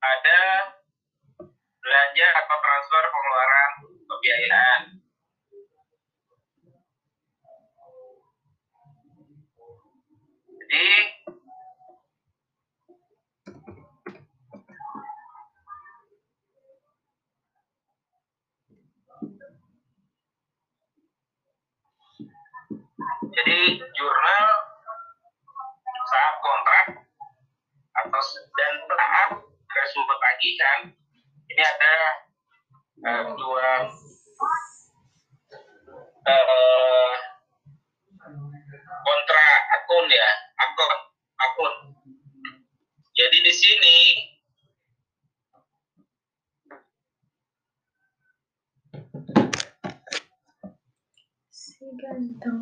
ada belanja atau transfer pengeluaran pembiayaan. Jadi jurnal saat kontrak atau dan saat resume tagihan ini ada dua kontra akun ya, akun. Jadi di sini si ganteng.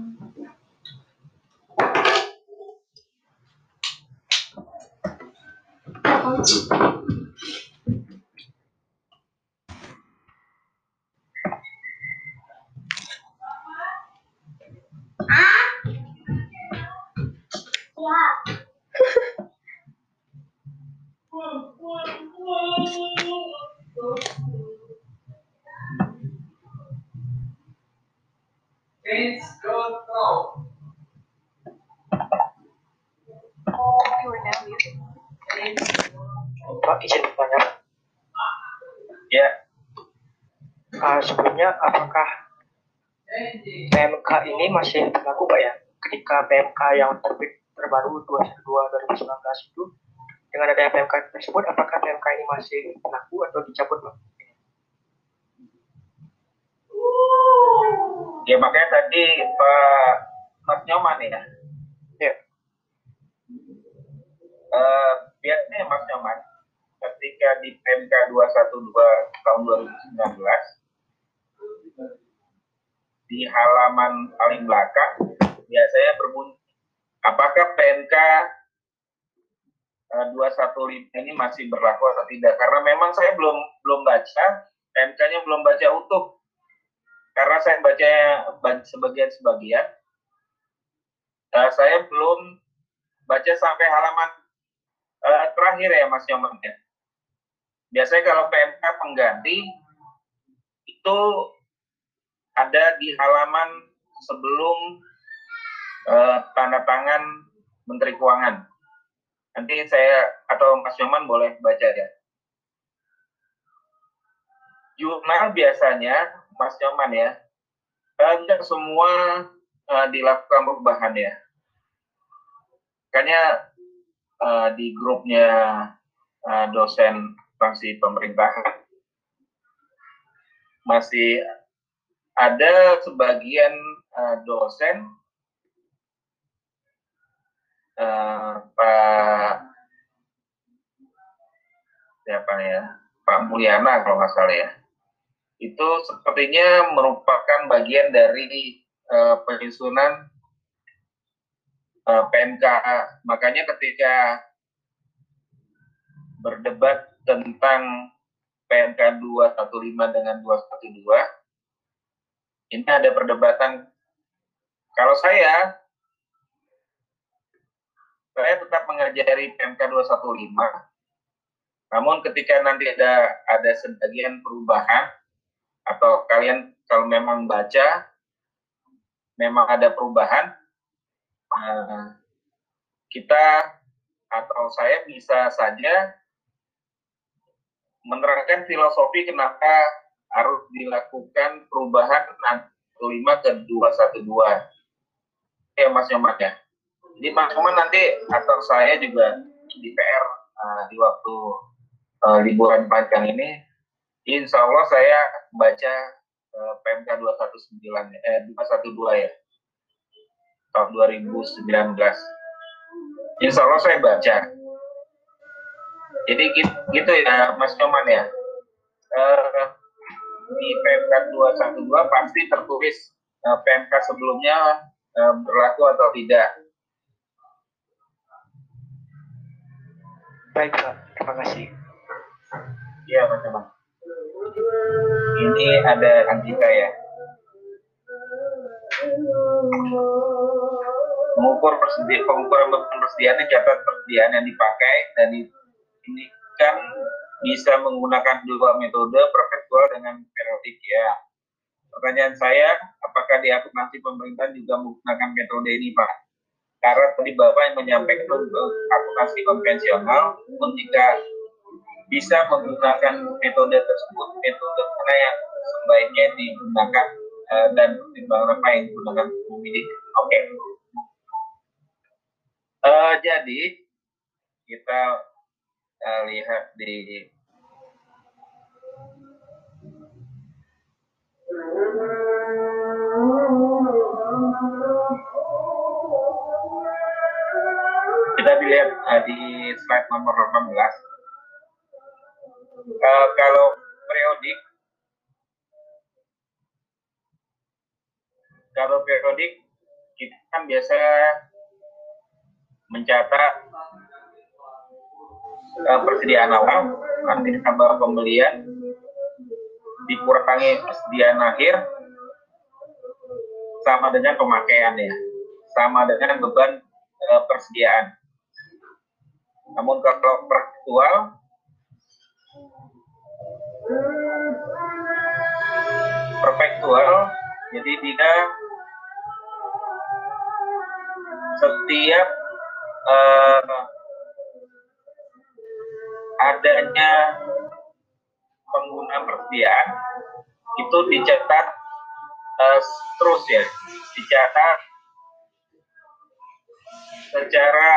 Pak, izin bertanya. ya, Sebelumnya apakah PMK ini masih berlaku Pak ya? Ketika PMK yang terbit terbaru 22/2019 itu, dengan adanya PMK tersebut, apakah PMK ini masih berlaku atau dicabut Pak? Ya makanya tadi Pak Mas Nyoman ya. Ya. Biasanya Mas Nyoman ketika di PMK 212 tahun 2019 di halaman paling belakang biasanya berbunyi apakah PMK 215 ini masih berlaku atau tidak, karena memang saya belum baca PMK-nya, belum baca utuh karena saya baca sebagian, saya belum baca sampai halaman terakhir ya Mas Nyoman ya. Biasanya kalau PMK pengganti itu ada di halaman sebelum tanda tangan Menteri Keuangan. Nanti saya atau Mas Nyoman boleh baca ya. Jurnal biasanya Mas Nyoman ya, tidak semua dilakukan perubahan ya. Makanya di grupnya dosen fraksi pemerintahan masih ada sebagian dosen Pak Mulyana kalau nggak salah ya, itu sepertinya merupakan bagian dari penyusunan PMK. Makanya ketika berdebat tentang PMK 215 dengan 212, ini ada perdebatan. Kalau saya tetap mengajari PMK 215, namun ketika nanti ada sebagian perubahan, atau kalian kalau memang baca, memang ada perubahan, kita atau saya bisa saja menerangkan filosofi kenapa harus dilakukan perubahan 65 ke 212. Ya Mas Nyoman ya. Jadi Mas Nyoman nanti atau saya juga di PR di waktu liburan panjang ini, insya Allah saya baca PMK 212 ya, tahun 2019. Insya Allah saya baca. Jadi gitu ya Mas Nyoman ya. Di PMK 212 pasti tertulis PMK sebelumnya berlaku atau tidak. Baik Pak, terima kasih. Iya Mas Nyoman. Ini ada Anjika ya. Pengukuran beban persediaan, catat persediaan yang dipakai dan ini kan bisa menggunakan dua metode, perpetual dengan periodik ya. Pertanyaan saya, apakah di akuntansi pemerintah juga menggunakan metode ini, Pak? Karena tadi Bapak yang menyampaikan untuk akuntansi konvensional, pun jika bisa menggunakan metode tersebut, metode mana yang sebaiknya digunakan dan pertimbangan apa yang digunakan memilih. Oke. Jadi kita lihat di di slide nomor 18. Kalau periodik kita kan biasa mencatat persediaan awal, nanti tambah pembelian dikurangi persediaan akhir sama dengan pemakaian ya, sama dengan beban persediaan. Namun kalau perpetual, jadi dia setiap adanya penggunaan persediaan itu dicatat terus ya, dicatat secara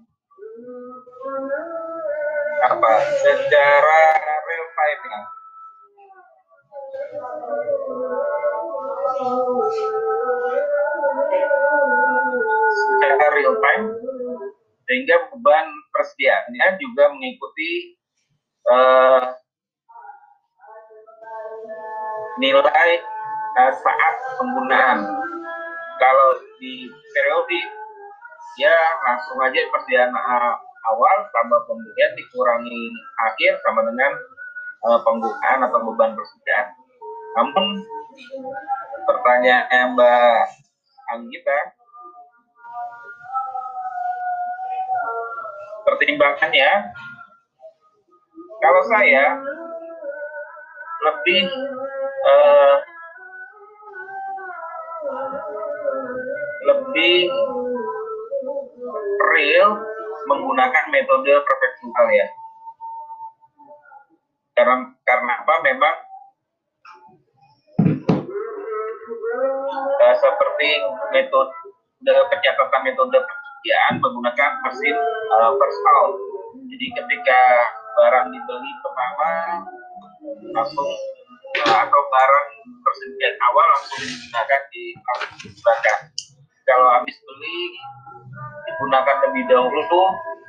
real time ya. Secara real time, sehingga beban persediaannya juga mengikuti nilai saat penggunaan. Kalau di periodik ya langsung aja persediaan awal tambah pembelian dikurangi akhir sama dengan penggunaan atau beban persediaan. Namun pertanyaan Mbak Anggita, pertimbangannya kalau saya lebih real menggunakan metode perpetual ya. Karena apa? Memang seperti metode pencatatan metode persediaan menggunakan mesin first out. Jadi ketika barang dibeli pertama langsung atau barang persediaan awal langsung digunakan digunakan. Kalau habis beli digunakan lebih dahulu.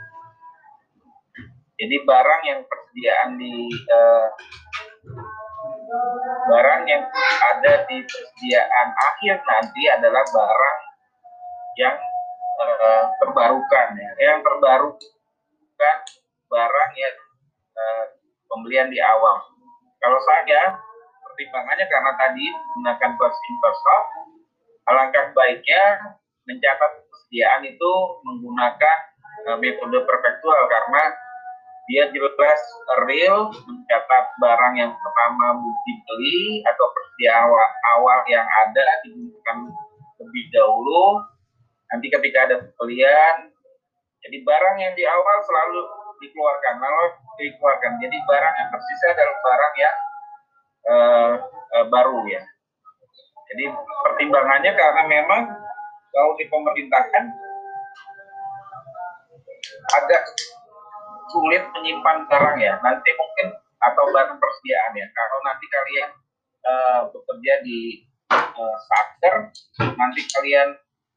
Jadi barang yang ada di persediaan akhir nanti adalah barang yang terbarukan ya. Yang terbarukan barang yang pembelian di awal. Kalau saya pertimbangannya karena tadi menggunakan first in first out, alangkah baiknya mencatat persediaan itu menggunakan metode perpetual karena dia jelas real mencatat barang yang pertama dibeli atau persediaan awal yang ada digunakan lebih dahulu. Nanti ketika ada pembelian, jadi barang yang di awal selalu dikeluarkan. Jadi barang yang tersisa adalah barang yang baru ya. Jadi pertimbangannya karena memang kalau di pemerintahan agak sulit menyimpan barang ya. Nanti mungkin atau barang persediaan ya. Kalau nanti kalian bekerja di satker, nanti kalian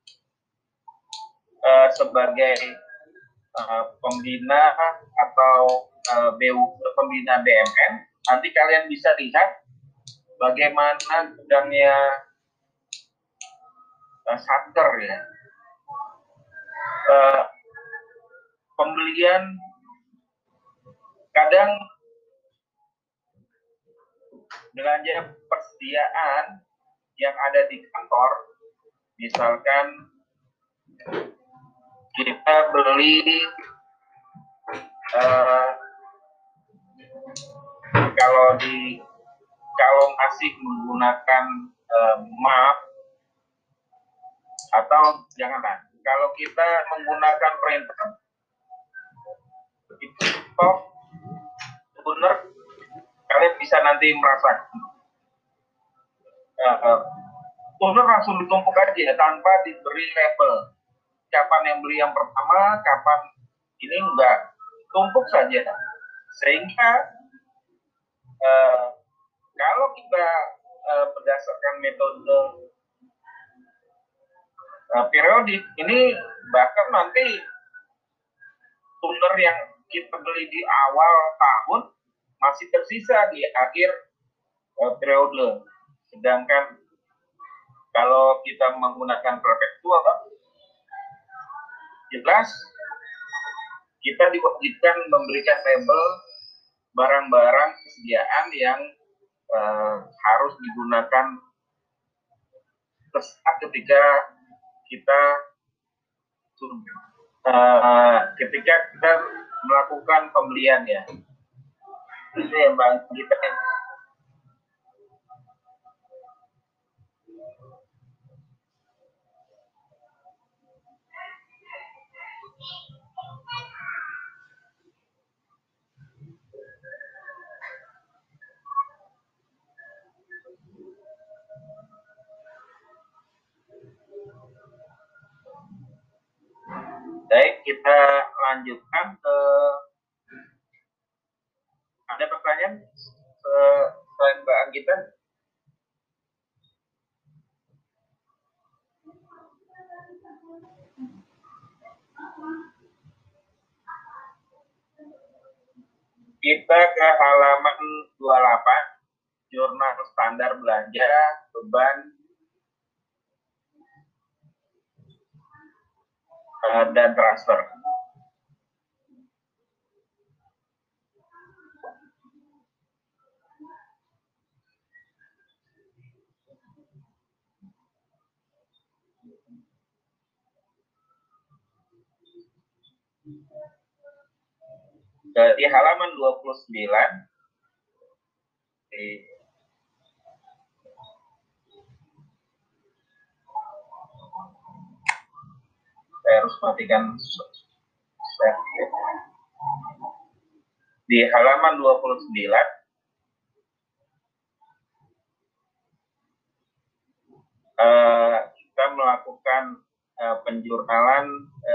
sebagai pembina atau pembina BMN, nanti kalian bisa lihat bagaimana gudangnya satker ya. Pembelian kadang belanja persediaan yang ada di kantor, misalkan kita beli kalau masih menggunakan map atau janganlah, kalau kita menggunakan printer itu stok benar, kalian bisa nanti merasakan toner langsung ditumpuk aja tanpa diberi label. Kapan yang beli yang pertama, kapan ini enggak, tumpuk saja. Sehingga kalau kita berdasarkan metode periodik, ini bahkan nanti toner yang kita beli di awal tahun masih tersisa di akhir periode. Sedangkan kalau kita menggunakan perpetual, jelas kita diwajibkan memberikan label barang-barang kesediaan yang harus digunakan ketika kita melakukan pembelian ya. Itu yang bagi kita. Baik, kita lanjutkan ke ada pertanyaan selain Mbak Anggita? Kita ke halaman 28, jurnal standar belanja, beban, dan transfer. Di halaman 29, saya harus matikan di halaman 29 kita melakukan penjurnalan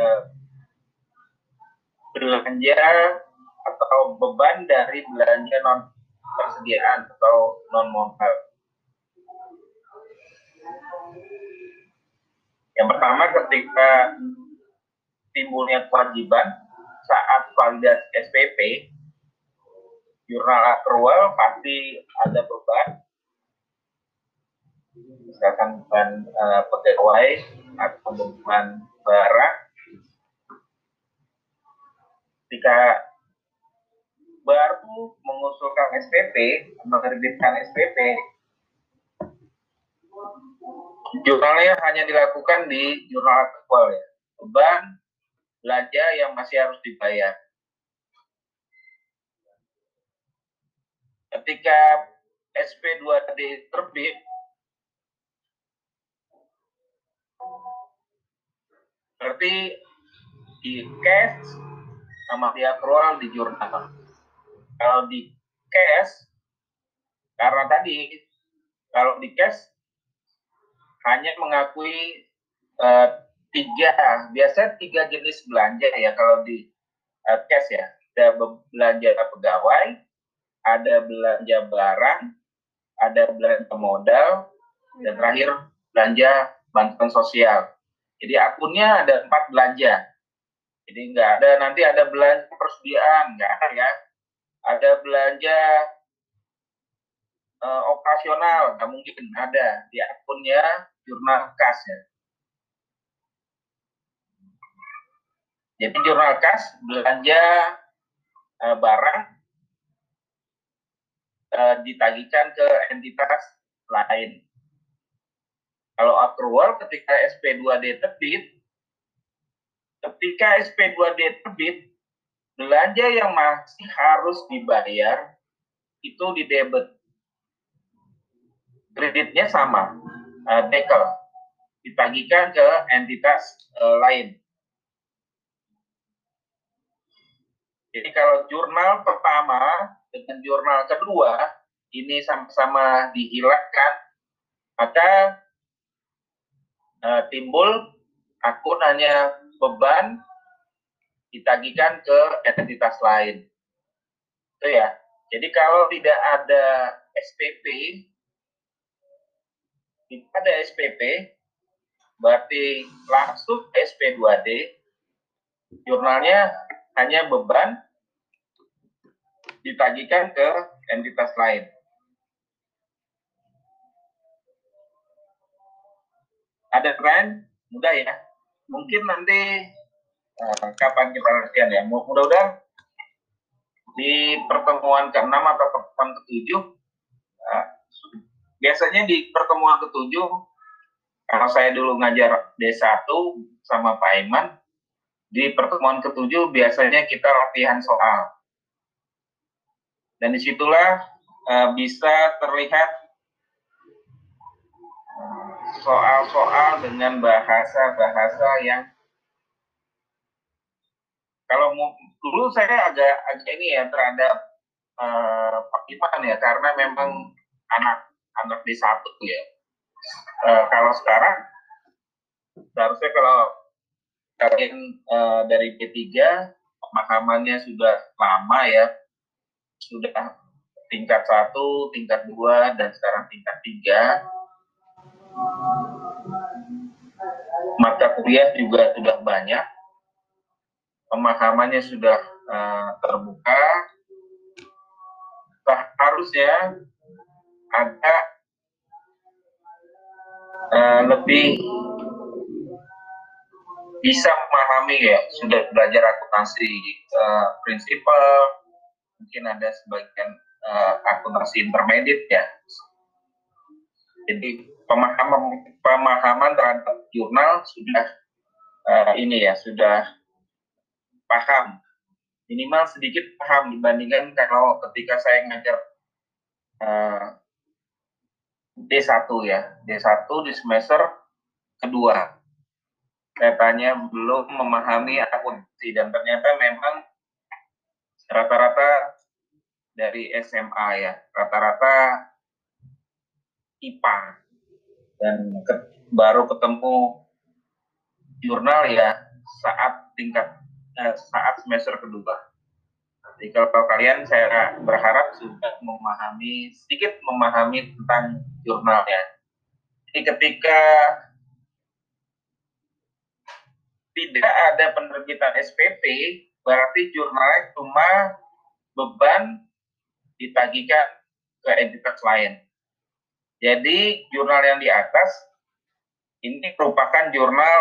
belanja atau beban dari belanja non persediaan atau non modal. Yang pertama, ketika timbulnya kewajiban saat validasi SPP, jurnal akrual pasti ada beban, misalkan beban pegawai atau beban barang. Ketika baru mengusulkan SPP, menerbitkan SPP, jurnalnya hanya dilakukan di jurnal aktual ya, beban belanja yang masih harus dibayar. Ketika SP2D terbit, berarti di cash sama di akrual di jurnal. Kalau di cash, karena tadi kalau di cash hanya mengakui biasanya tiga jenis belanja ya kalau di cash ya. Ada belanja pegawai, ada belanja barang, ada belanja modal, dan terakhir belanja bantuan sosial. Jadi akunnya ada 4 belanja. Jadi nggak ada, nanti ada belanja persediaan, nggak ada ya. Ada belanja operasional, nggak mungkin ada di akunnya jurnal kas ya. Jadi jurnal kas belanja barang ditagihkan ke entitas lain. Kalau akrual ketika SP2D terbit, belanja yang masih harus dibayar itu di debit. Kreditnya sama, dekel, ditagihkan ke entitas lain. Jadi kalau jurnal pertama dengan jurnal kedua ini sama-sama dihilangkan, maka timbul akun hanya beban ditagihkan ke entitas lain. Itu ya. Jadi kalau tidak ada SPP, berarti langsung SP2D, jurnalnya hanya beban ditagihkan ke entitas lain. Ada tren? Mudah ya. Mungkin nanti kapan kita latihan ya. Mudah-mudahan di pertemuan ke-6 atau pertemuan ke-7, biasanya di pertemuan ke-7, kalau saya dulu ngajar D1 sama Pak Iman, di pertemuan ke-7 biasanya kita latihan soal. Dan disitulah bisa terlihat soal-soal dengan bahasa-bahasa yang kalau dulu saya agak ini ya terhadap Pak Iman ya, karena memang anak D1 ya. Kalau sekarang seharusnya kalau kalian dari D3 pemahamannya sudah lama ya, sudah tingkat 1, tingkat 2, dan sekarang tingkat 3. Mata kuliah juga sudah banyak, pemahamannya sudah terbuka. Harusnya ada lebih bisa memahami ya, sudah belajar akuntansi prinsipal, mungkin ada sebagian akuntansi intermediate ya. Jadi pemahaman terhadap jurnal sudah ini ya, sudah paham, minimal sedikit paham dibandingkan kalau ketika saya ngajar D1 ya, D1 di semester kedua. Saya tanya belum memahami akuntansi, dan ternyata memang rata-rata dari SMA ya, rata-rata IPA, dan baru ketemu jurnal ya saat saat semester kedua. Jadi kalau kalian, saya berharap sudah sedikit memahami tentang jurnalnya. Jadi ketika tidak ada penerbitan SPP, berarti jurnalnya cuma beban ditagihkan ke entitas lain. Jadi jurnal yang di atas ini merupakan jurnal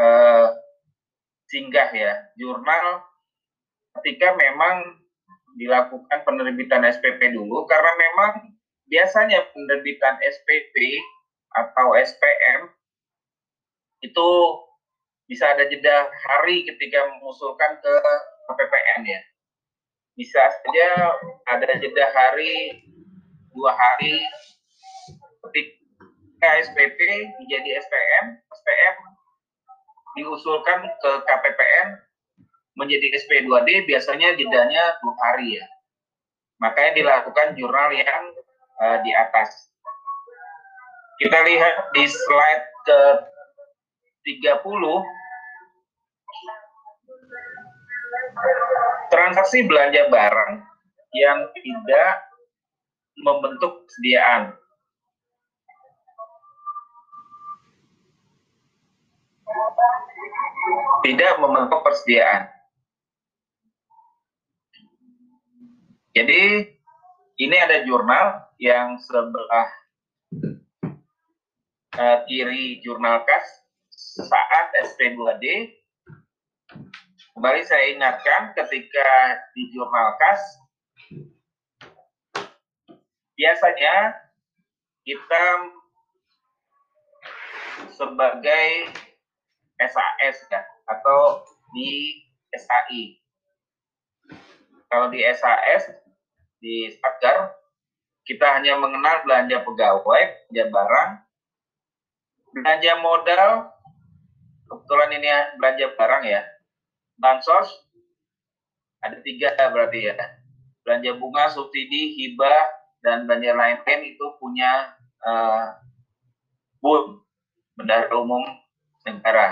singgah ya, jurnal ketika memang dilakukan penerbitan SPP dulu, karena memang biasanya penerbitan SPP atau SPM itu bisa ada jeda hari ketika mengusulkan ke KPPN ya. Bisa saja ada jeda hari, 2 hari ketika SPP menjadi SPM diusulkan ke KPPN menjadi SP2D, biasanya jedanya 2 hari ya. Makanya dilakukan jurnal yang di atas. Kita lihat di slide ke 30, transaksi belanja barang yang tidak membentuk persediaan. Tidak membentuk persediaan. Jadi ini ada jurnal yang sebelah kiri jurnal kas saat SP2D. Kembali saya ingatkan, ketika di jurnal kas biasanya kita sebagai SAS ya, atau di SAI. Kalau di SAS, di Satgar, kita hanya mengenal belanja pegawai, belanja barang, belanja modal, kebetulan ini belanja barang ya, bansos, ada 3 berarti ya, belanja bunga, subsidi, hibah, dan belanja lain-lain itu punya BUN, Bendahara Umum Negara.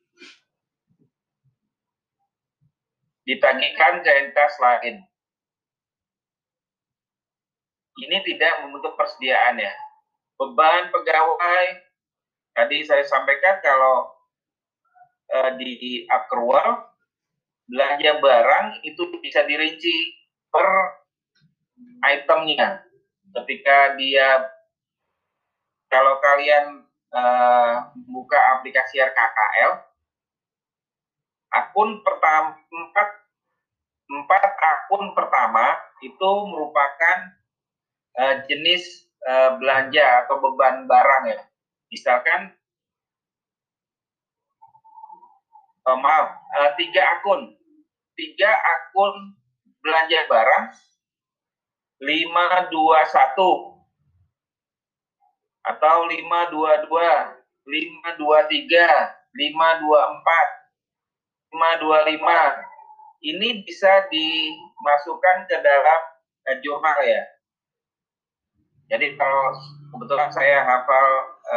Ditagihkan ke entitas lain. Ini tidak membentuk persediaan ya. Beban pegawai, tadi saya sampaikan kalau di akrual, belanja barang itu bisa dirinci per itemnya. Ketika dia, kalau kalian buka aplikasi RKKL, akun pertama, 4 akun pertama itu merupakan jenis belanja atau beban barang ya. Misalkan 3 akun belanja barang 521 atau 522, 523, 524, 525. Ini bisa dimasukkan ke dalam jurnal ya. Jadi kalau kebetulan saya hafal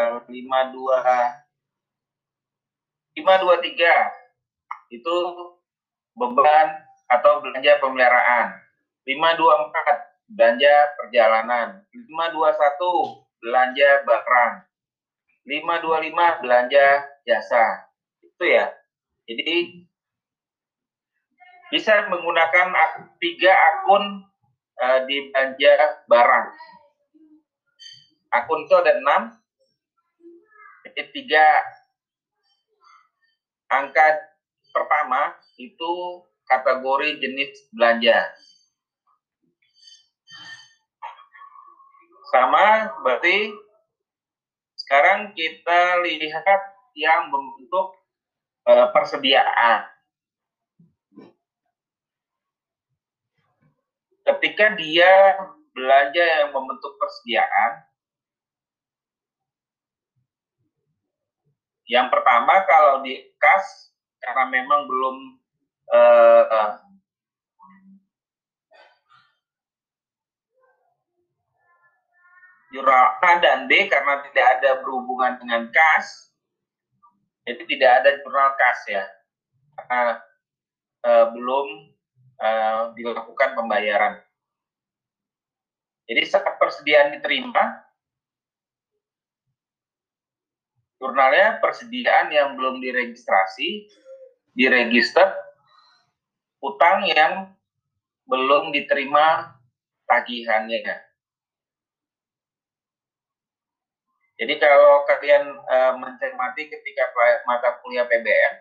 523 itu beban atau belanja pemeliharaan. 524 belanja perjalanan. 521 belanja barang. 525 belanja jasa. Itu ya. Jadi bisa menggunakan 3 akun di belanja barang. Akun itu ada 6. Jadi 3 angka pertama itu kategori jenis belanja. Sama berarti sekarang kita lihat yang membentuk persediaan. Ketika dia belanja yang membentuk persediaan, yang pertama kalau di kas, karena memang belum jurnal A dan B karena tidak ada berhubungan dengan kas, jadi tidak ada jurnal kas ya, karena belum dilakukan pembayaran. Jadi saat persediaan diterima, jurnalnya persediaan yang belum diregistrasi, diregister, utang yang belum diterima tagihannya. Jadi kalau kalian mencermati ketika mata kuliah PBN,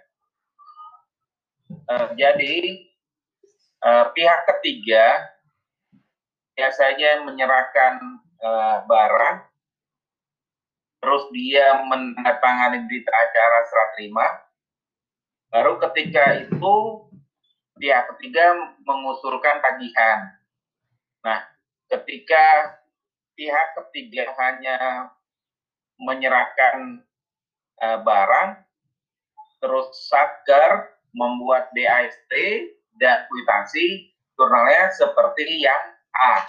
jadi pihak ketiga biasanya menyerahkan barang, terus dia menandatangani berita acara serah terima, baru ketika itu pihak ketiga mengusulkan tagihan. Nah, ketika pihak ketiga hanya menyerahkan barang, terus Satker membuat DAST dan kwitansi, jurnalnya seperti yang A.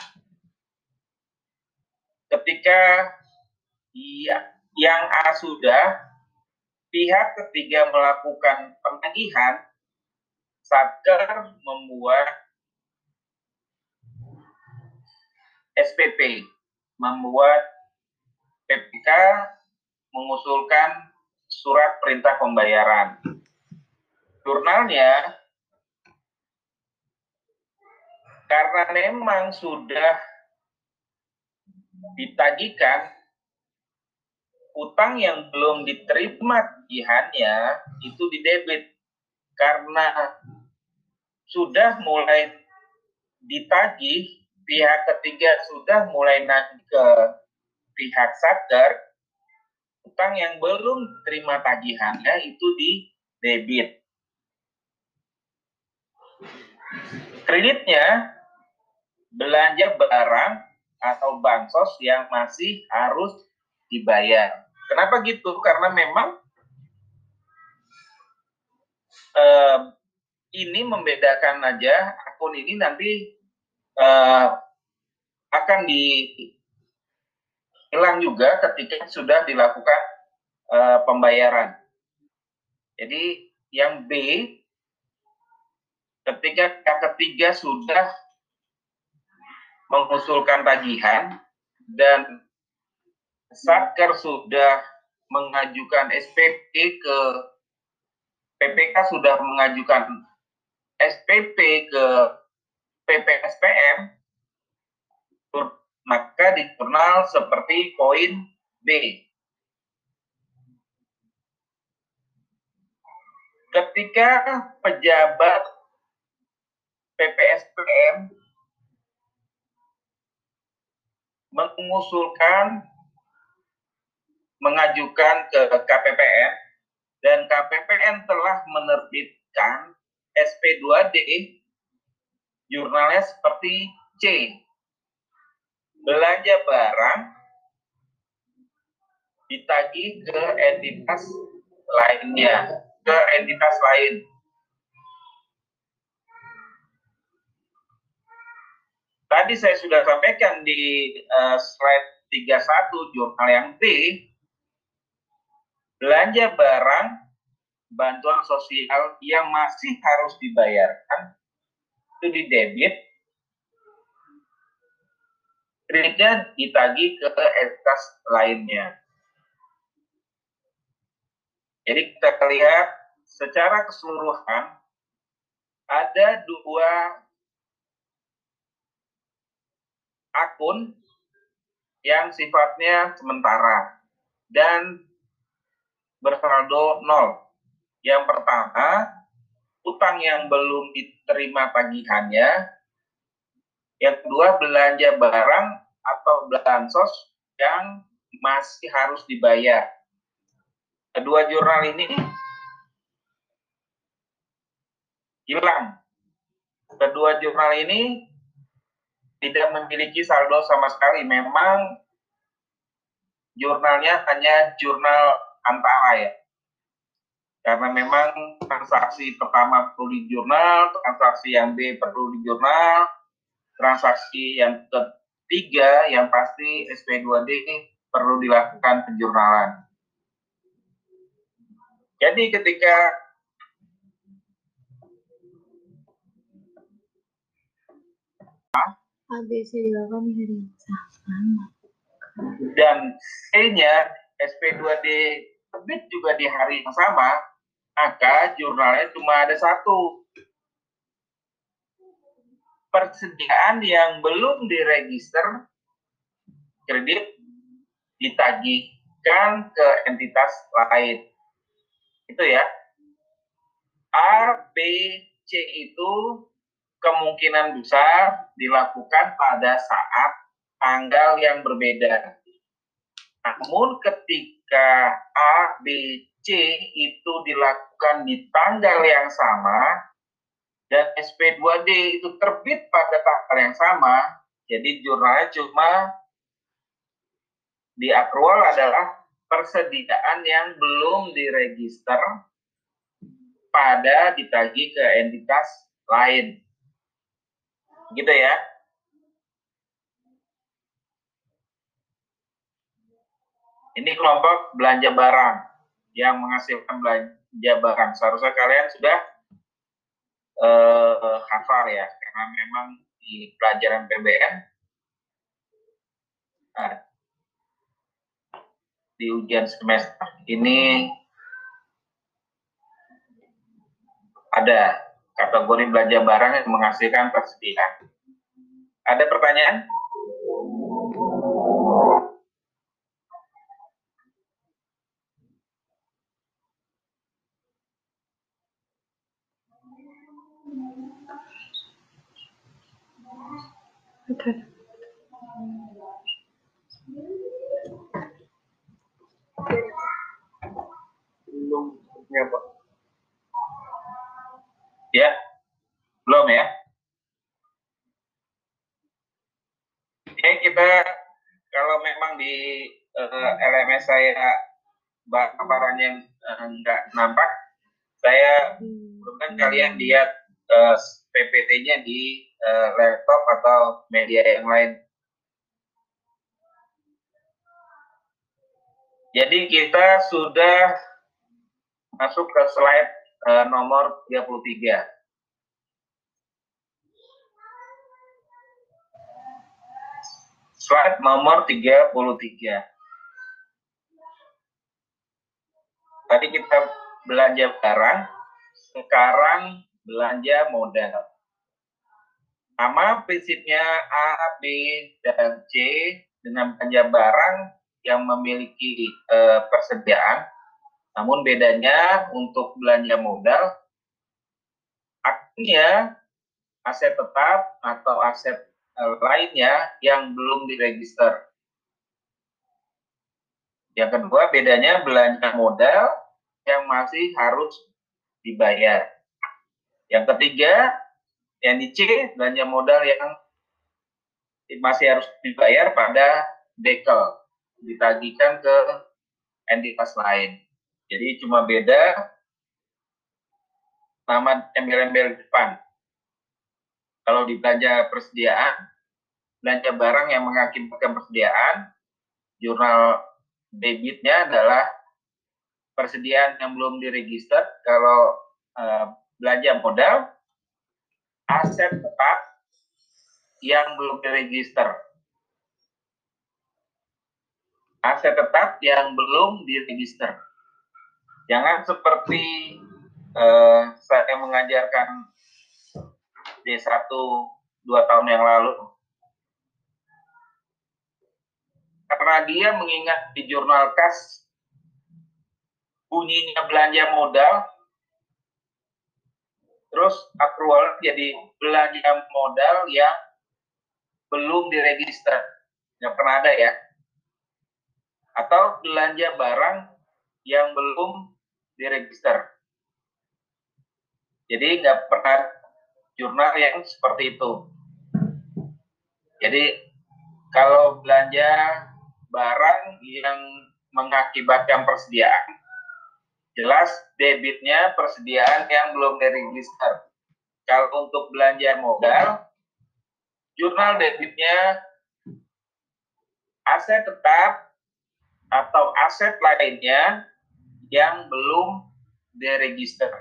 Ketika yang A sudah, pihak ketiga melakukan penagihan, Satker membuat SPP, membuat PPK, mengusulkan surat perintah pembayaran. Jurnalnya, karena memang sudah ditagihkan, utang yang belum diterima tagihannya itu didebit. Karena sudah mulai ditagih, pihak ketiga sudah mulai nagih ke pihak Satker, utang yang belum terima tagihannya itu didebit. Kreditnya belanja barang atau bansos yang masih harus dibayar. Kenapa gitu? Karena memang ini membedakan aja, akun ini nanti akan hilang juga ketika sudah dilakukan pembayaran. Jadi yang B, ketika ketiga sudah mengusulkan tagihan dan Satker sudah mengajukan SPP ke PPK, sudah mengajukan SPP ke PPSPM, maka di jurnal seperti poin B. Ketika pejabat PPSPM mengajukan ke KPPN dan KPPN telah menerbitkan SP2D, jurnalnya seperti C. Belanja barang ditagih ke entitas lainnya, ke entitas lain. Tadi saya sudah sampaikan di slide 31 jurnal yang B, belanja barang bantuan sosial yang masih harus dibayarkan itu di debit, kreditnya ditagih ke entitas lainnya. Jadi kita lihat secara keseluruhan ada dua akun yang sifatnya sementara dan bersaldo 0. Yang pertama, utang yang belum diterima tagihannya. Yang kedua, belanja barang atau bansos yang masih harus dibayar. Kedua jurnal ini hilang. Kedua jurnal ini tidak memiliki saldo sama sekali. Memang jurnalnya hanya jurnal antara ya. Karena memang transaksi pertama perlu di jurnal, transaksi yang B perlu di jurnal, transaksi yang ketiga yang pasti SP2D perlu dilakukan penjurnalan. Jadi ketika ABC dilakukan di hari yang sama. Dan C-nya SP2D terbit juga di hari yang sama, maka jurnalnya cuma ada satu. Persediaan yang belum diregister kredit ditagihkan ke entitas lain. Itu ya. A, B, C itu kemungkinan besar dilakukan pada saat tanggal yang berbeda. Namun ketika A, B, C itu dilakukan di tanggal yang sama dan SP2D itu terbit pada tanggal yang sama, jadi jurnalnya cuma di akrual adalah persediaan yang belum diregister pada ditagih ke entitas lain. Gitu ya. Ini kelompok belanja barang yang menghasilkan belanja barang. Seharusnya kalian sudah hafal ya, karena memang di pelajaran PBN di ujian semester ini ada kategori belanja barang yang menghasilkan persediaan. Ada pertanyaan? Betul. Belum ya, Pak. Ya, belum ya. Oke, kita kalau memang di LMS saya paparan yang nggak nampak, saya bukan kalian lihat PPT-nya di laptop atau media yang lain. Jadi kita sudah masuk ke slide nomor 33. Slide nomor 33. Tadi kita belanja barang, sekarang belanja modal. Sama prinsipnya A, B, dan C dengan belanja barang yang memiliki persediaan. Namun bedanya untuk belanja modal, artinya aset tetap atau aset lainnya yang belum diregister. Yang kedua, bedanya belanja modal yang masih harus dibayar. Yang ketiga, yang di C, belanja modal yang masih harus dibayar pada dekel, ditagihkan ke entitas lain. Jadi cuma beda nama embel-embel depan. Kalau di belanja persediaan, belanja barang yang mengakibatkan persediaan, jurnal debitnya adalah persediaan yang belum diregister. Kalau belanja modal, aset tetap yang belum diregister. Aset tetap yang belum diregister. Jangan seperti saya mengajarkan D1 2 tahun yang lalu. Karena dia mengingat di jurnal kas bunyinya belanja modal, terus accrual jadi belanja modal yang belum diregister. Nggak pernah ada ya. Atau belanja barang yang belum diregister. Jadi nggak pernah jurnal yang seperti itu. Jadi kalau belanja barang yang mengakibatkan persediaan, jelas debitnya persediaan yang belum diregister. Kalau untuk belanja modal, jurnal debitnya aset tetap atau aset lainnya yang belum diregister.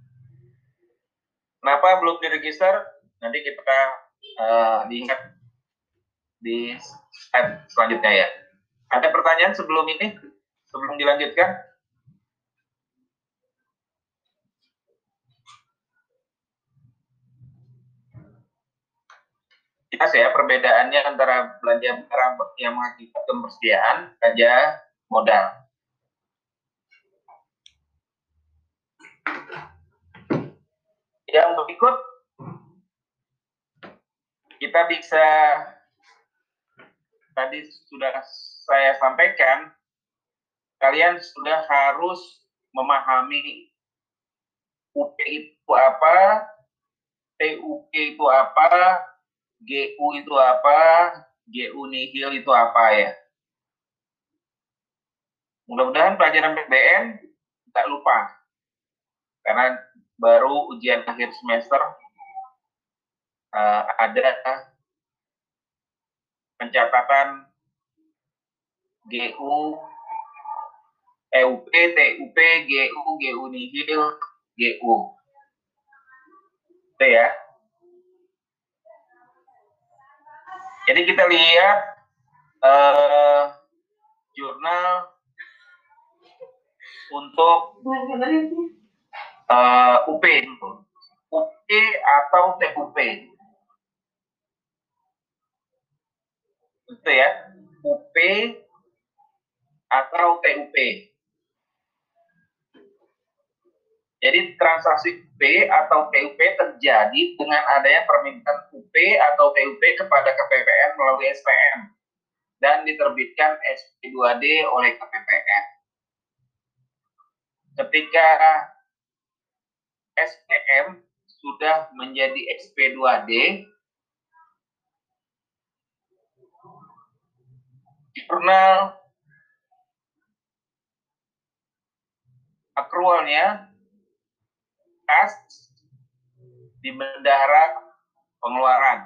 Kenapa belum diregister? Nanti kita lihat di slide selanjutnya ya. Ada pertanyaan sebelum ini? Sebelum dilanjutkan? Jelas ya perbedaannya antara belanja barang yang mengakibatkan persediaan, belanja modal. Yang berikut kita bisa, tadi sudah saya sampaikan, kalian sudah harus memahami UP itu apa, TUP itu apa, GU itu apa, GU nihil itu apa ya. Mudah-mudahan pelajaran PBN tak lupa, karena baru ujian akhir semester ada pencatatan GU, EUP, TUP, GU, GU nihil, GU. Itu ya. Jadi kita lihat jurnal untuk UP, UP atau TUP. Itu ya, UP atau TUP. Jadi transaksi UP atau TUP terjadi dengan adanya permintaan UP atau TUP kepada KPPN melalui SPM dan diterbitkan SP2D oleh KPPN. Ketika SPM sudah menjadi SP2D, jurnal akrualnya kas di bendahara pengeluaran.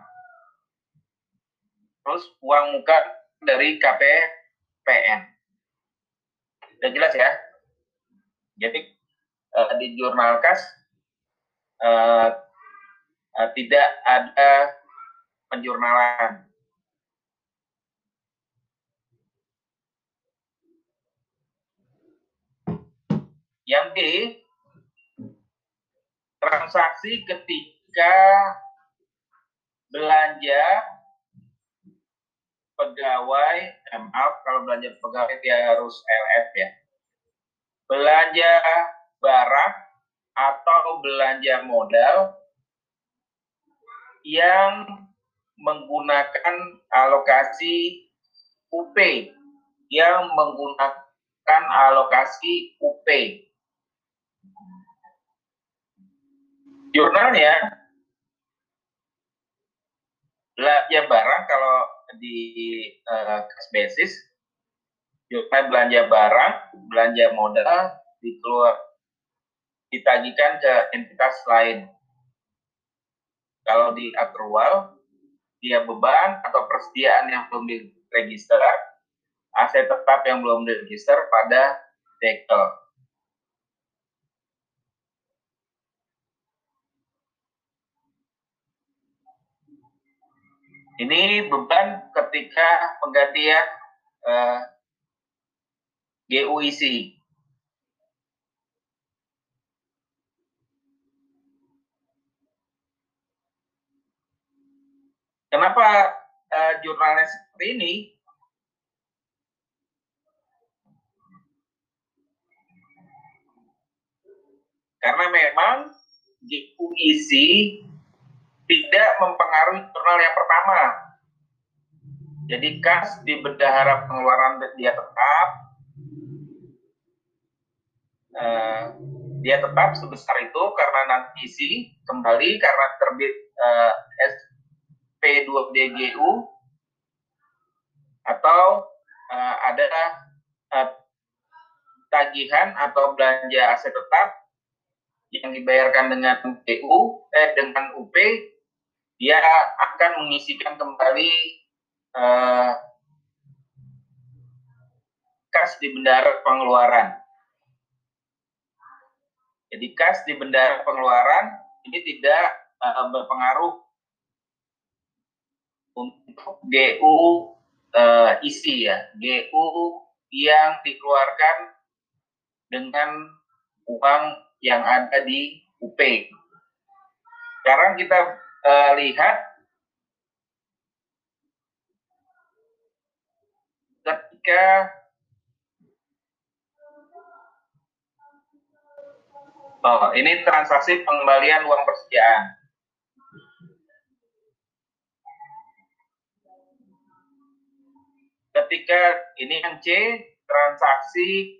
Terus uang muka dari KPPN. Udah jelas ya? Jadi di jurnal kas tidak ada penjurnalan. Yang B, transaksi ketika belanja pegawai, maaf kalau belanja pegawai dia harus LF ya. Belanja barang atau belanja modal yang menggunakan alokasi UP, yang menggunakan alokasi UP. Jurnalnya belanja barang kalau di cash basis, jurnal belanja barang, belanja modal ditagihkan ke entitas lain. Kalau di akrual, dia beban atau persediaan yang belum diregister, aset tetap yang belum diregister pada dekel. Ini beban ketika penggantian GUIC. Kenapa jurnalnya seperti ini? Karena memang GUIC tidak mempengaruhi jurnal yang pertama. Jadi kas di bendahara pengeluaran dia tetap sebesar itu karena nanti isi kembali karena terbit SP2DGU atau ada tagihan atau belanja aset tetap yang dibayarkan dengan dengan UP, dia akan mengisikan kembali kas di bendahara pengeluaran. Jadi kas di bendahara pengeluaran ini tidak berpengaruh untuk GU isi ya, GU yang dikeluarkan dengan uang yang ada di UP. Sekarang kita lihat ketika ini transaksi pengembalian uang persediaan. Ketika ini yang C, transaksi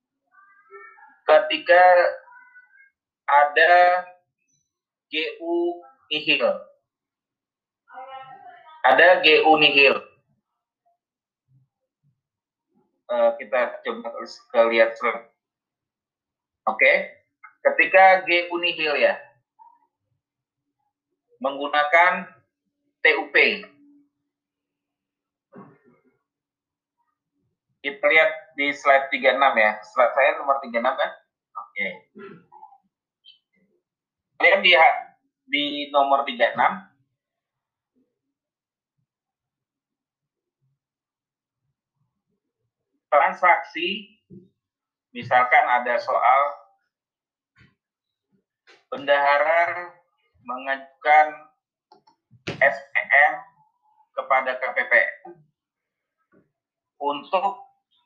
ketika ada GU nihil. Ada GU nihil. Kita coba lihat. Oke. Ketika GU nihil ya. Menggunakan TUP. Kita lihat di slide 36 ya. Slide saya nomor 36 kan? Oke. Kalian lihat di nomor 36. Transaksi, misalkan ada soal bendahara mengajukan SPM kepada KPPN untuk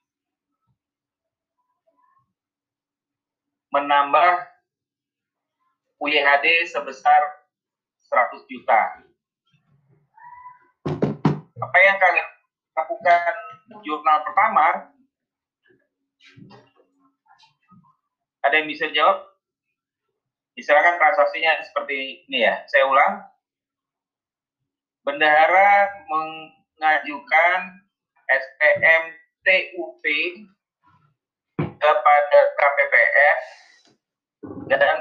menambah UYHD sebesar 100 juta. Apa yang kalian lakukan jurnal pertama? Ada yang bisa jawab? Misalkan transaksinya seperti ini ya. Saya ulang. Bendahara mengajukan SPM TUP kepada KPPS dan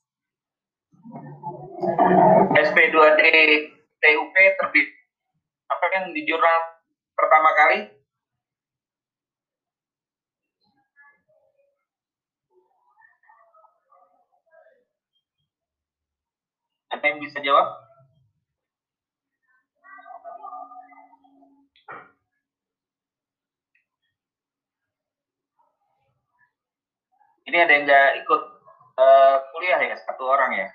SP2D TUP terbit apa yang di jurnal pertama kali? Ada yang bisa jawab? Ini ada yang nggak ikut kuliah ya, satu orang ya?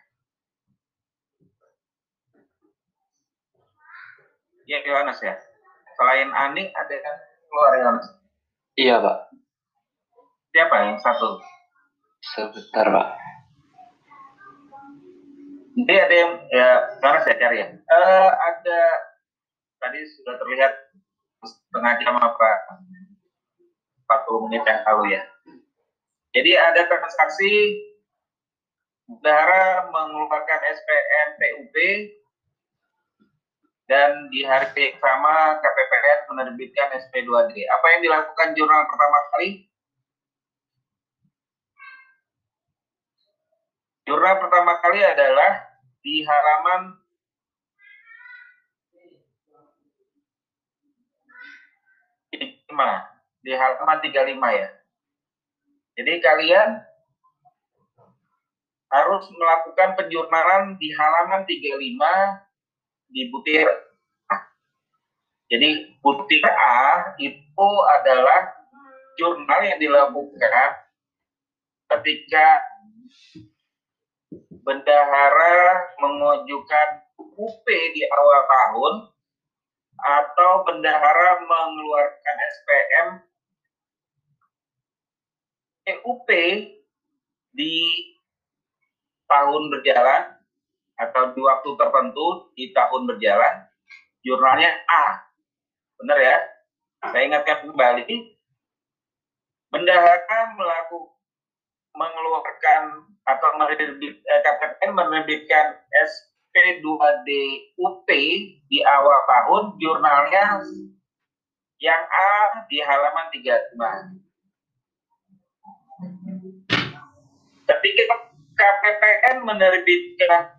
Ya, Yohanes ya. Selain Ani, ada yang keluar Yohanes? Iya, Pak. Siapa yang satu? Sebentar, Pak. Jadi ada yang, ya, mana saya cari ya? Ada, tadi sudah terlihat setengah jam apa 40 menit yang lalu ya. Jadi ada transaksi bendahara mengeluarkan SPM TUP dan di hari yang sama KPPS menerbitkan SP2D. Apa yang dilakukan jurnal pertama kali? Jurnal pertama kali adalah di halaman di halaman 35 ya. Jadi kalian harus melakukan penjurnalan di halaman 35 di butir A. Jadi butir A itu adalah jurnal yang dilakukan ketika bendahara mengajukan UP di awal tahun atau bendahara mengeluarkan SPM TUP di tahun berjalan atau di waktu tertentu di tahun berjalan, jurnalnya A. Benar ya? Saya ingatkan kembali, bendahara mengeluarkan atau KPPN menerbitkan SP2D UP di awal tahun, jurnalnya yang A di halaman 35. Ketika KPPN menerbitkan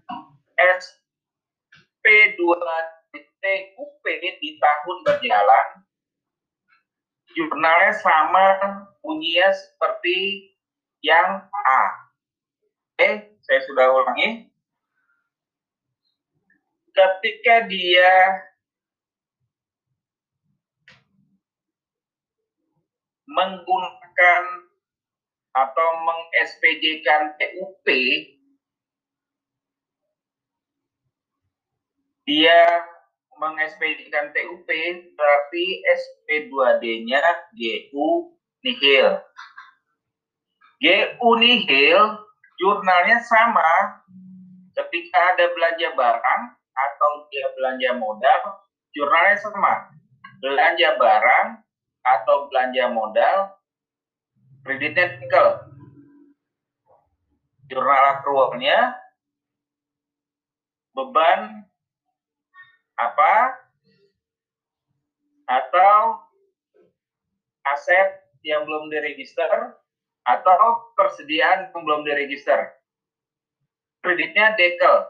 SP2D UP di tahun berjalan, jurnalnya sama bunyinya seperti yang A. Oke, saya sudah ulangi. Ketika dia menggunakan atau meng-SPJ-kan TUP, dia meng-SPJ-kan TUP berarti SP2D-nya GU nihil. GU nihil jurnalnya sama ketika ada belanja barang atau dia belanja modal, jurnalnya sama. Belanja barang atau belanja modal, kreditnya tinggal. Jurnal accrualnya beban apa atau aset yang belum diregister atau persediaan yang belum diregister. Kreditnya dekel.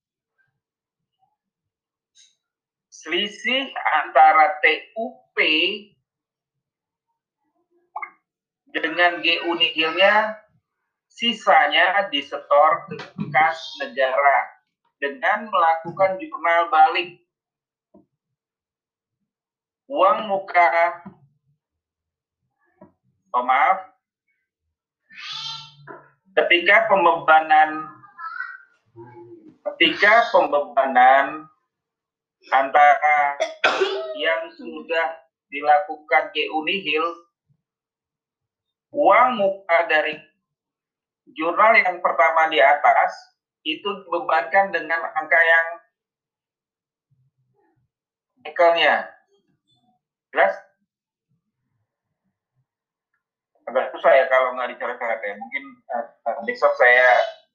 Selisih antara TUP dengan GU nihilnya sisanya disetor ke kas negara dengan melakukan jurnal balik. Uang muka, ketika pembebanan antara yang sudah dilakukan GU nihil, uang muka dari jurnal yang pertama di atas itu dibebankan dengan angka yang nikelnya. Jelas? Agak susah ya kalau nggak dicoret-coret ya. Mungkin besok saya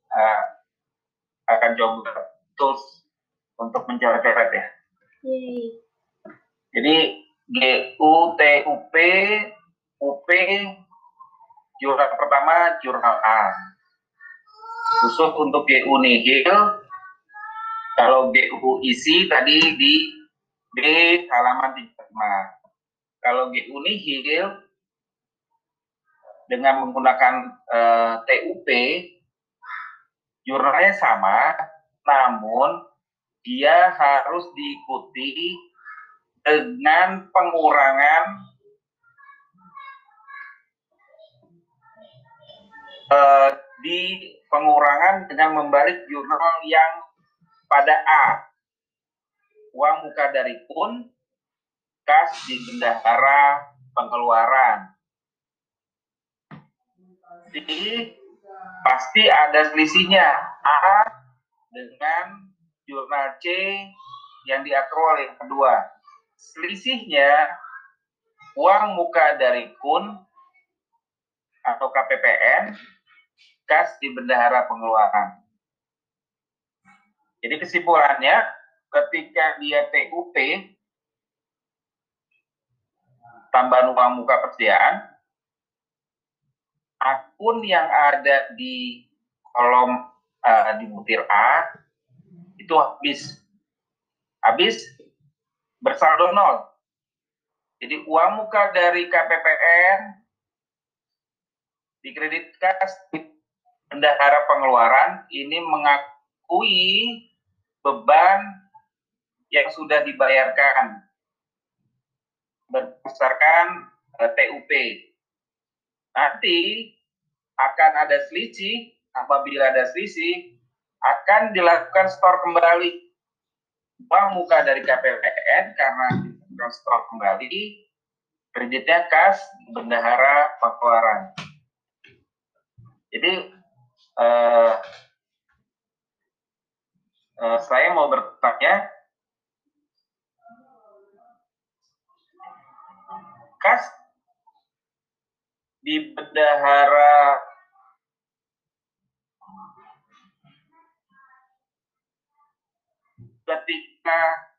akan coba tools untuk mencoret-coret ya. Jadi GU, TUP, UP, jurnal pertama jurnal A. Khusus untuk GU nihil, kalau GU isi tadi di B halaman 35. Kalau GU nihil dengan menggunakan TUP, jurnalnya sama, namun dia harus diikuti dengan pengurangan dengan membalik jurnal yang pada A, uang muka dari kun, kas di bendahara pengeluaran. Jadi pasti ada selisihnya A dengan jurnal C yang diatur oleh yang kedua. Selisihnya uang muka dari kun atau KPPN, kas di bendahara pengeluaran. Jadi kesimpulannya, ketika dia TUP, tambahan uang muka persediaan, akun yang ada di kolom di butir A itu habis bersaldo 0. Jadi uang muka dari KPPN di kredit kas bendahara pengeluaran ini mengakui beban yang sudah dibayarkan berdasarkan TUP. Nanti akan ada selisih, apabila ada selisih akan dilakukan store kembali uang muka dari KPPN karena dilakukan store kembali, kreditnya kas bendahara pengeluaran. Jadi saya mau bertanya, kas di bendahara ketika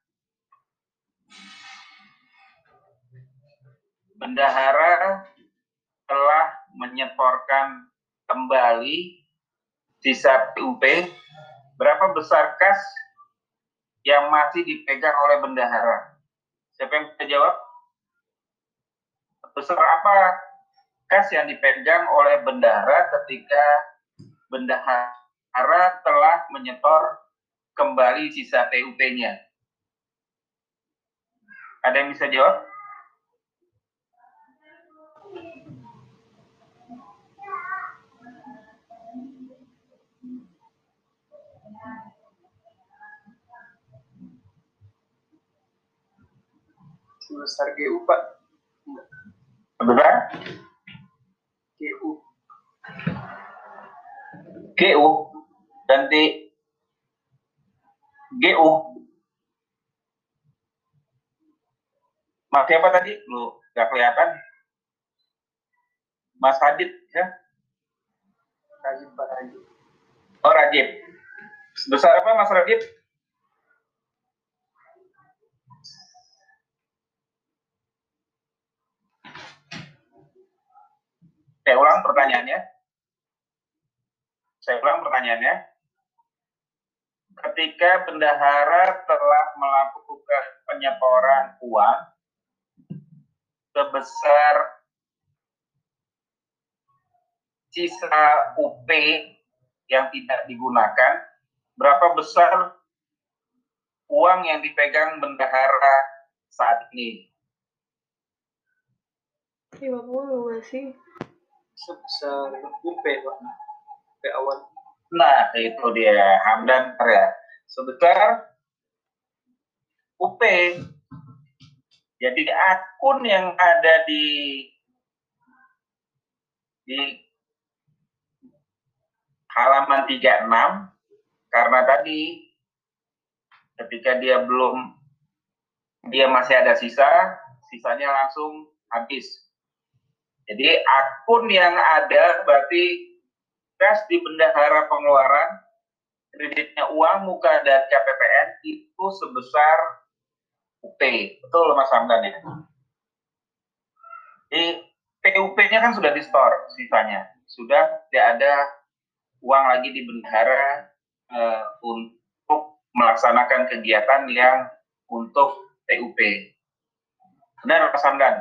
bendahara telah menyetorkan kembali sisa TUP, berapa besar kas yang masih dipegang oleh bendahara? Siapa yang bisa jawab? Besar apa kas yang dipegang oleh bendahara ketika bendahara telah menyetor kembali sisa TUP-nya? Ada yang bisa jawab? Besar GU, Pak. Benar? GU. GU. Ganti GU. Mas siapa tadi? Lu gak kelihatan? Mas Hadid, ya? Rajib, Pak Rajib. Oh, Rajib. Sebesar apa, Mas Rajib? Saya ulang pertanyaannya. Ketika bendahara telah melakukan penyetoran uang sebesar sisa UP yang tidak digunakan, berapa besar uang yang dipegang bendahara saat ini? 50 masih. Sebesar UP, Pak. UP awal. Nah, itu dia, Hamdan ya. Sebesar UP. Jadi akun yang ada di halaman 36, karena tadi ketika dia masih ada sisanya langsung habis. Jadi akun yang ada berarti kas di bendahara pengeluaran, kreditnya uang muka dan KPPN itu sebesar UP. Betul Mas Hamdan ya? PUP-nya kan sudah di-store sisanya. Sudah tidak ada uang lagi di bendahara untuk melaksanakan kegiatan yang untuk PUP. Benar, Mas Hamdan?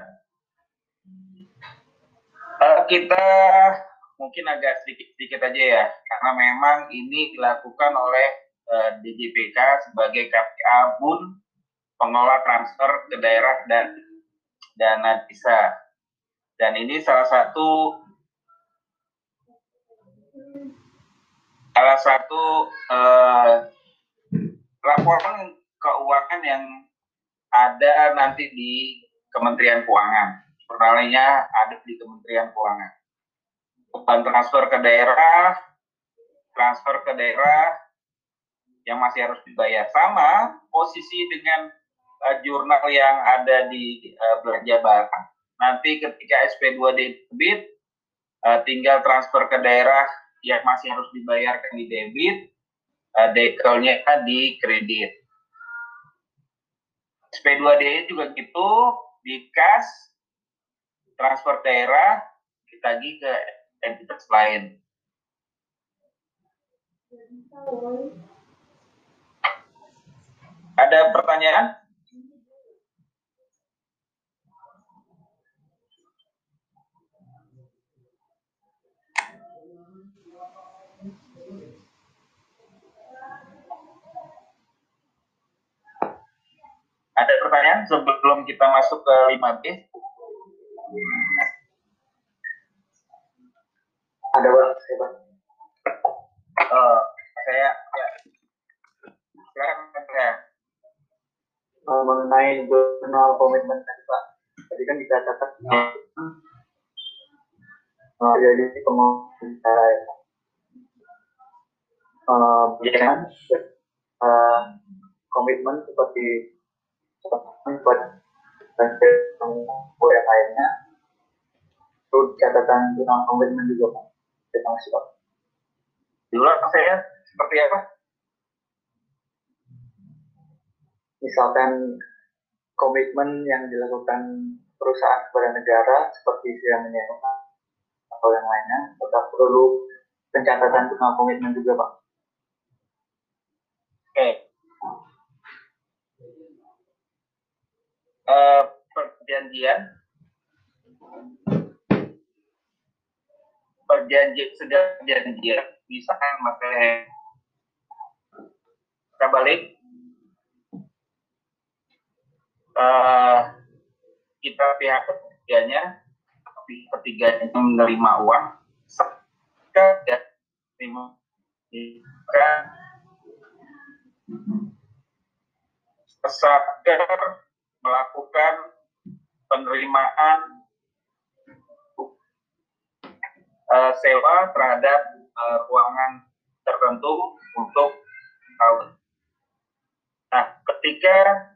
Kita mungkin agak sedikit aja ya, karena memang ini dilakukan oleh DJPK sebagai KPA BUN pengelola transfer ke daerah dan dana desa. Dan ini salah satu laporan keuangan yang ada nanti di Kementerian Keuangan. Jurnalnya ada di Kementerian Keuangan. Beban transfer ke daerah yang masih harus dibayar. Sama posisi dengan jurnal yang ada di belanja barang. Nanti ketika SP2D debit, tinggal transfer ke daerah yang masih harus dibayarkan di debit, dekalnya di kredit. SP2D juga gitu, di kas, transfer daerah, ditagih ke entitas lain. Ada pertanyaan? Ada pertanyaan sebelum kita masuk ke 5B? Ada, Bang. Saya ya. Silakan saya. Mengenai jurnal komitmen tadi, Pak. Tadi kan dikatakan jadi pengusaha ya. Komitmen seperti buat yang lainnya, itu catatan jurnal komitmen juga, Pak. Terima kasih, Pak. Diulang saya seperti apa? Misalkan komitmen yang dilakukan perusahaan kepada negara seperti yang menyewa atau yang lainnya, tetap perlu pencatatan jurnal komitmen juga, Pak. Oke. Perjanjian, misalkan materi kita balik, kita pihak ketiganya menerima uang, Satker melakukan penerimaan sewa terhadap ruangan tertentu untuk tahun. Nah, ketika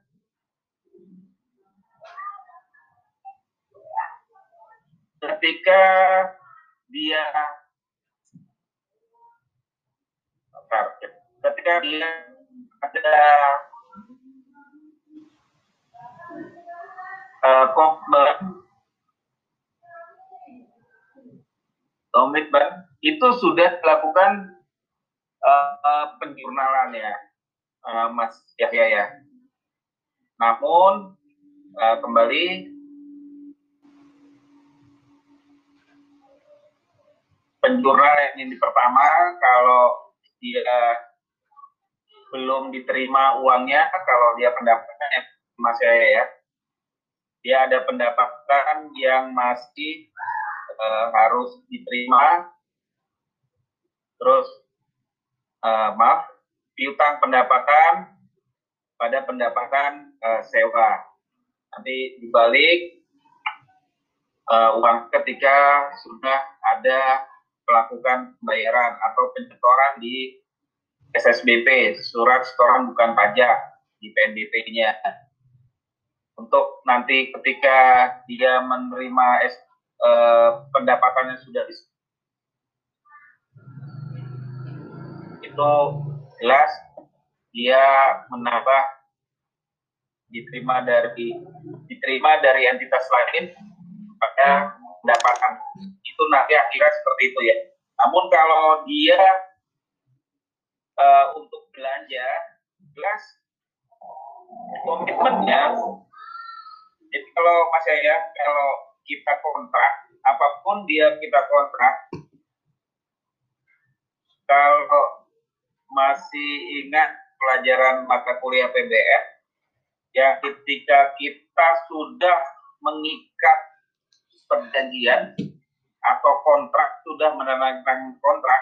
dia ada komitmen itu sudah dilakukan penjurnalan ya, Mas Yahya ya. Namun kembali penjurnalan yang ini pertama, kalau dia belum diterima uangnya, kalau dia pendapatannya Mas Yahya ya, dia ada pendapatan yang masih harus diterima, terus piutang pendapatan pada pendapatan sewa. Nanti dibalik uang ketika sudah ada melakukan pembayaran atau pencetoran di SSBP, surat setoran bukan pajak, di PNBP-nya. Untuk nanti ketika dia menerima pendapatannya sudah itu jelas dia menambah diterima dari entitas lain pada pendapatan. Itu nanti akhirnya seperti itu ya. Namun kalau dia untuk belanja, jelas komitmennya. Jadi kalau Mas Yaya, kalau kita kontrak, apapun dia kita kontrak, kalau masih ingat pelajaran mata kuliah PBN, ya ketika kita sudah mengikat perjanjian atau kontrak, sudah menandatangani kontrak,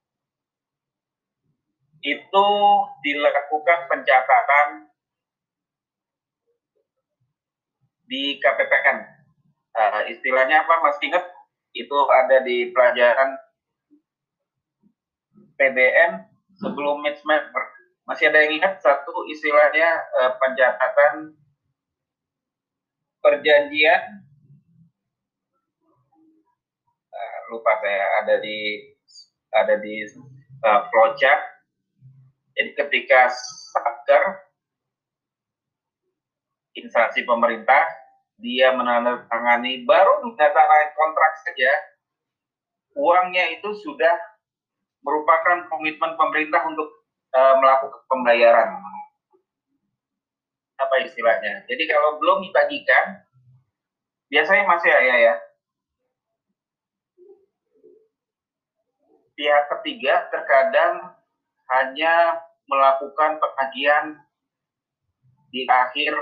itu dilakukan pencatatan di KPPN. Istilahnya apa, Mas ingat? Itu ada di pelajaran PBN sebelum mid-semester. Masih ada yang ingat satu istilahnya pencatatan perjanjian? Lupa saya, ada di flowchart. Jadi ketika satker, instansi pemerintah, dia menandatangani, baru menandatangani kontrak saja, uangnya itu sudah merupakan komitmen pemerintah untuk melakukan pembayaran. Apa istilahnya? Jadi kalau belum dibagikan, biasanya masih ya, pihak ketiga terkadang hanya melakukan penagihan di akhir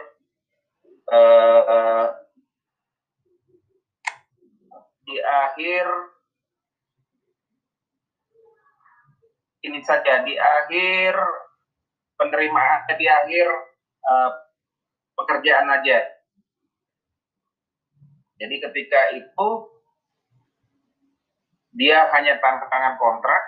ini saja, di akhir penerimaan, di akhir pekerjaan aja. Jadi ketika itu dia hanya tanda tangan kontrak,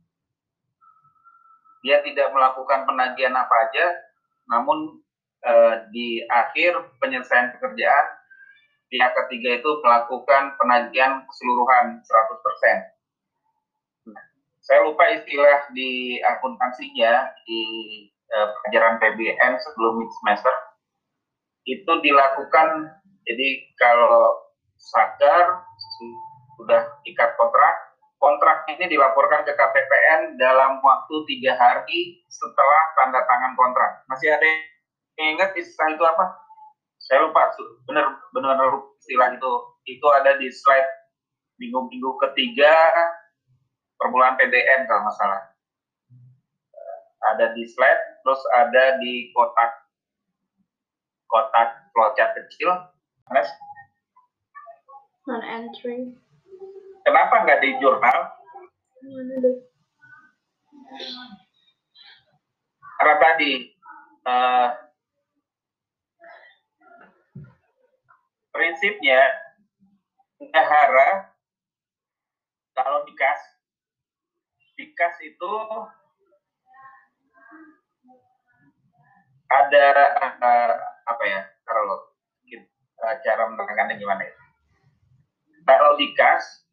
dia tidak melakukan penagihan apa aja, namun di akhir penyelesaian pekerjaan, pihak ketiga itu melakukan penagihan keseluruhan 100%. Saya lupa istilah di akuntansinya, di pelajaran PBN sebelum mid semester, itu dilakukan. Jadi kalau satker sudah ikat kontrak ini dilaporkan ke KPPN dalam waktu 3 hari setelah tanda tangan kontrak. Masih ada yang ingat istilah itu apa? Saya lupa, benar istilah itu. Itu ada di slide minggu ketiga permulaan PBN kalau nggak salah. Ada di slide, terus ada di kotak flowchart kecil. Non-entry. Kenapa nggak di jurnal? Karena tadi prinsipnya bendahara kalau di kas itu ada apa ya, kalau cara menerangkannya gimana ya? Kalau di kas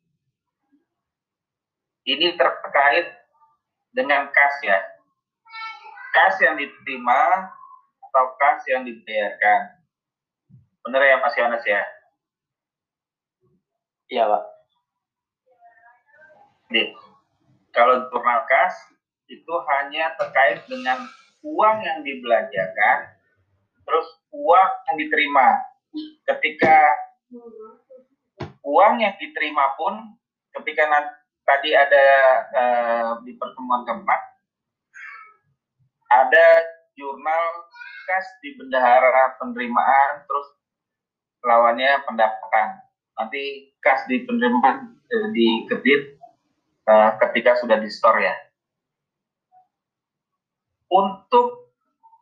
ini terkait dengan kas ya, kas yang diterima atau kas yang dibayarkan. Benar ya Mas Yohanes ya? Iya Pak. Jadi, kalau jurnal kas itu hanya terkait dengan uang yang dibelanjakan, terus uang yang diterima. Ketika uang yang diterima pun, ketika tadi ada di pertemuan keempat, ada jurnal kas di bendahara penerimaan, terus lawannya pendapatan. Nanti kas di penerimaan di kredit ketika sudah di store ya. Untuk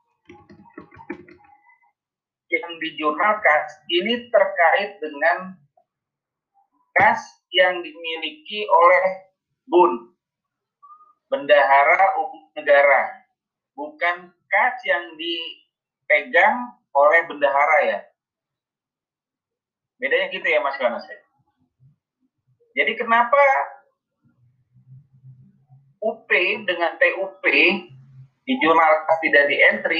yang di jurnal kas ini terkait dengan kas yang dimiliki oleh BUN, Bendahara Umum Negara, bukan kas yang dipegang oleh bendahara ya. Bedanya gitu ya Mas Yohanes. Jadi kenapa UP dengan TUP di jurnal kas tidak di entry?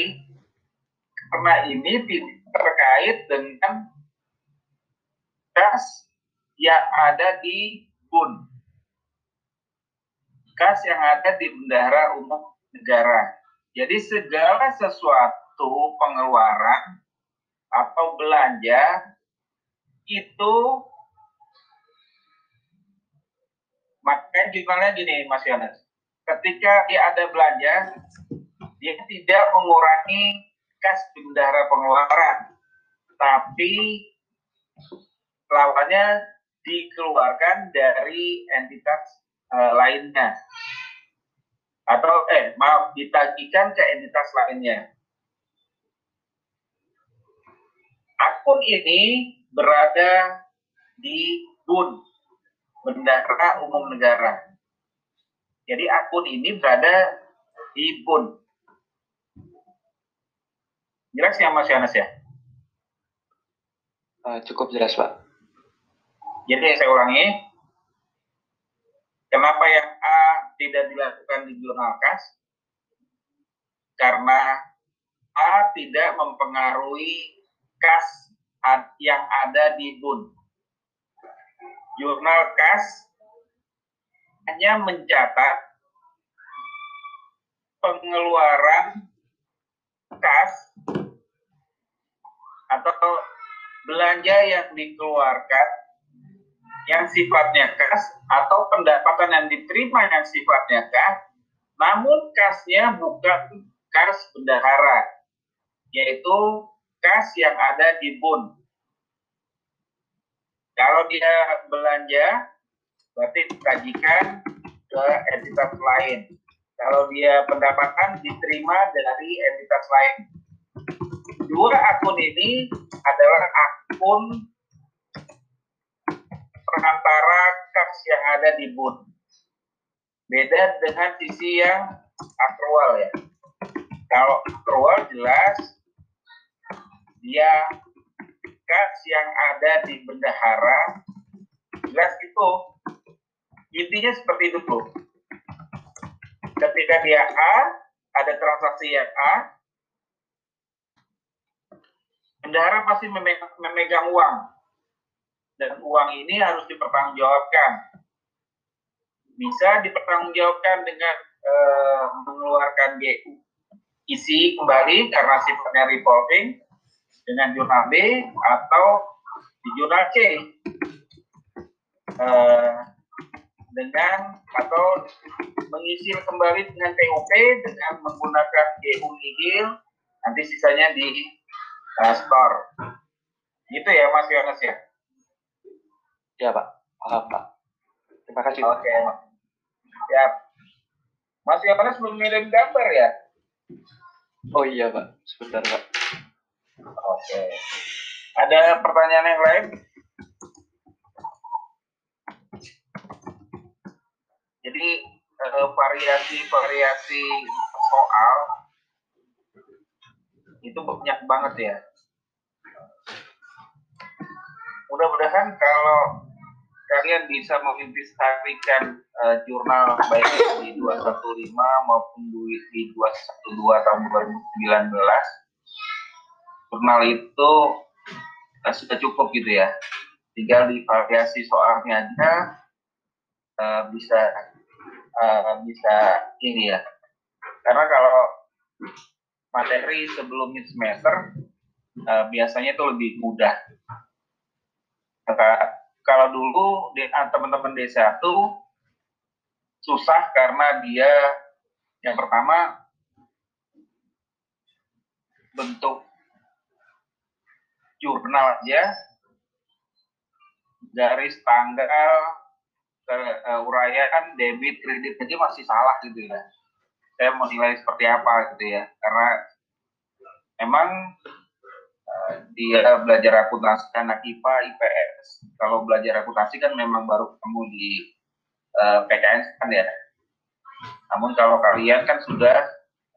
Karena ini terkait dengan kas yang ada di BUN, kas yang ada di Bendahara Umum Negara. Jadi segala sesuatu pengeluaran atau belanja itu, makanya jurnalnya gini Mas Yohanes, ketika dia ada belanja, dia tidak mengurangi kas bendahara pengeluaran, tapi lawannya dikeluarkan dari entitas lainnya, atau ditagihkan ke entitas lainnya. Akun ini berada di BUN, Bendahara Umum Negara. Jadi akun ini berada di BUN. Jelas ya Mas Yohanes ya? Cukup jelas, Pak. Jadi saya ulangi, kenapa yang A tidak dilakukan di jurnal kas? Karena A tidak mempengaruhi kas yang ada di BUN. Jurnal kas hanya mencatat pengeluaran kas atau belanja yang dikeluarkan yang sifatnya kas atau pendapatan yang diterima yang sifatnya kas, namun kasnya bukan kas bendahara, yaitu kas yang ada di BUN. Kalau dia belanja, berarti ditagikan ke entitas lain. Kalau dia pendapatan diterima dari entitas lain. Dua akun ini adalah akun perantara kas yang ada di BUN. Beda dengan sisi yang akrual ya. Kalau akrual jelas dia kas yang ada di bendahara, jelas itu intinya seperti itu tuh. Ketika dia A, ada transaksi yang A, bendahara pasti memegang uang, dan uang ini harus dipertanggungjawabkan. Bisa dipertanggungjawabkan dengan mengeluarkan GU isi kembali karena sifatnya revolving dengan jurnal B, atau di jurnal C dengan atau mengisi kembali dengan TUP dengan menggunakan GU nihil, nanti sisanya di store. Gitu ya Mas Yohanes ya? Ya Pak, paham Pak. Terima kasih. Oke. Ya. Mas Yohanes belum ngirim gambar ya? Oh iya Pak, sebentar Pak. Oke. Ada pertanyaan yang lain? Jadi variasi-variasi soal itu banyak banget ya. Mudah-mudahan kalau kalian bisa menginvestasikan jurnal baik di 215 maupun di 212 tahun 2019, jurnal itu sudah cukup gitu ya. Tinggal di variasi soalnya aja bisa ini ya. Karena kalau materi sebelum semester biasanya itu lebih mudah. Kalau dulu teman-teman D1 susah karena dia yang pertama bentuk jurnal aja, garis tanggal, uraian debit kredit aja masih salah gitu ya. Saya mau nilai seperti apa gitu ya, karena memang dia belajar akuntansi anak IPA, IPS. Kalau belajar akuntansi kan memang baru ketemu di PKN kan ya. Namun kalau kalian kan sudah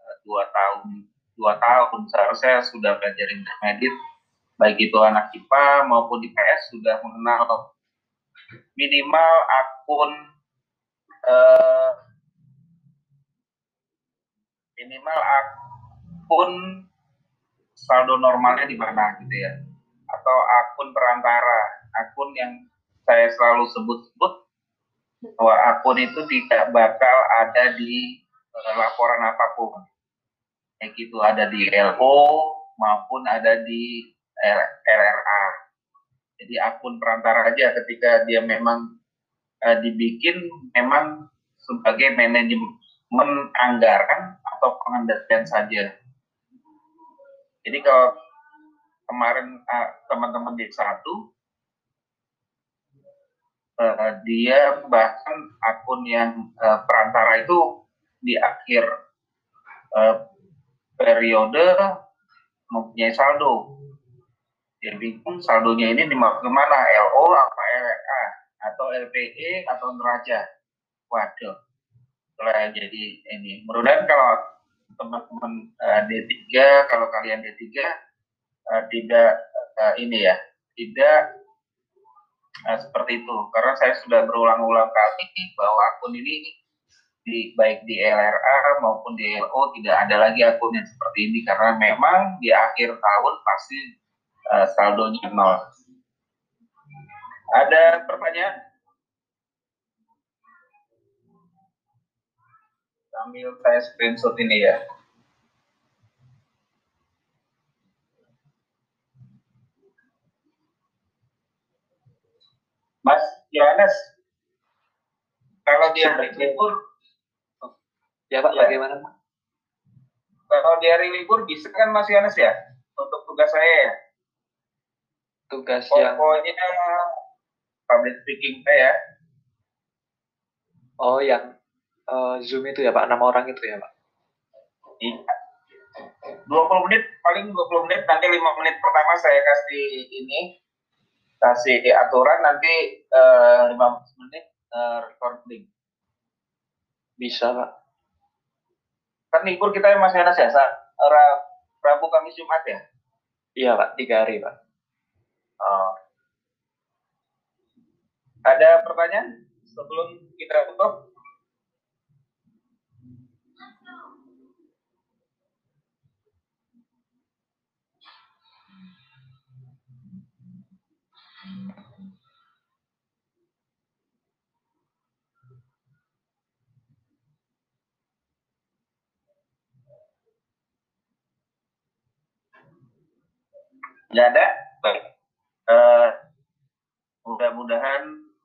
2 tahun seharusnya sudah belajar intermediate, baik itu anak IPA maupun IPS sudah mengenal minimal akun saldo normalnya di mana gitu ya, atau akun perantara, akun yang saya selalu sebut-sebut bahwa akun itu tidak bakal ada di laporan apapun. Kayak gitu, ada di LO maupun ada di RRA. Jadi akun perantara aja ketika dia memang dibikin memang sebagai manajemen anggaran atau pengendalian saja. Jadi kalau kemarin teman-teman di satu dia bahkan akun yang perantara itu di akhir periode mempunyai saldo. Dia bingung saldonya ini dimaksud kemana, LO apa LRA atau LPE atau neraca. Waduh, mulai jadi ini. Mudah-mudahan kalau teman-teman D3, kalau kalian D3 tidak ini ya, tidak seperti itu. Karena saya sudah berulang-ulang kali bahwa akun ini baik di LRA maupun di LO tidak ada lagi akun yang seperti ini karena memang di akhir tahun pasti saldonya nol. Ada pertanyaan? Sambil saya screenshot ini ya. Mas Yohanes, kalau dia libur, ya Pak, bagaimana Pak? Kalau di hari libur bisa kan Mas Yohanes ya? Untuk tugas saya ya? Tugas yang... Pokoknya public speaking saya. Oh, yang Zoom itu ya Pak, 6 orang itu ya Pak? Iya. 20 menit, paling 20 menit, nanti 5 menit pertama saya kasih aturan, nanti 15 menit recording. Bisa Pak. Kan libur kita masih ada ya, Rabu, Kamis, Jumat ya? Iya Pak, 3 hari Pak. Ada pertanyaan sebelum kita tutup? Nggak ada? Baik. Mudah-mudahan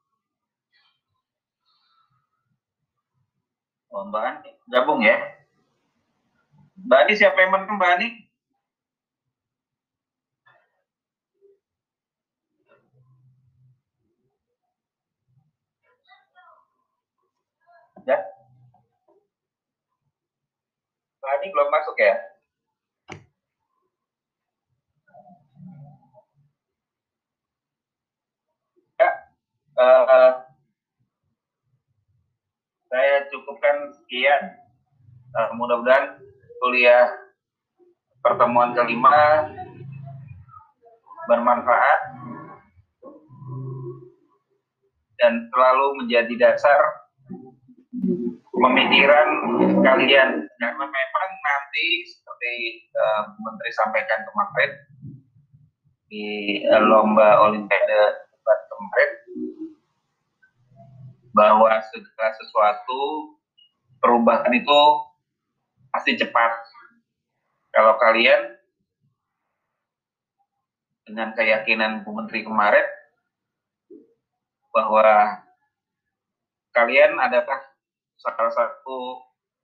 Mbak Ani gabung ya. Mbak Ani, siapa yang menang Mbak Ani? Ya. Mbak Ani belum masuk ya? Ya. Saya cukupkan sekian. Mudah-mudahan kuliah pertemuan kelima bermanfaat dan selalu menjadi dasar pemikiran kalian, karena memang nanti seperti Menteri sampaikan kemarin di lomba Olimpiade debat kemarin bahwa segala sesuatu perubahan itu pasti cepat. Kalau kalian dengan keyakinan Bu Menteri kemarin bahwa kalian adalah salah satu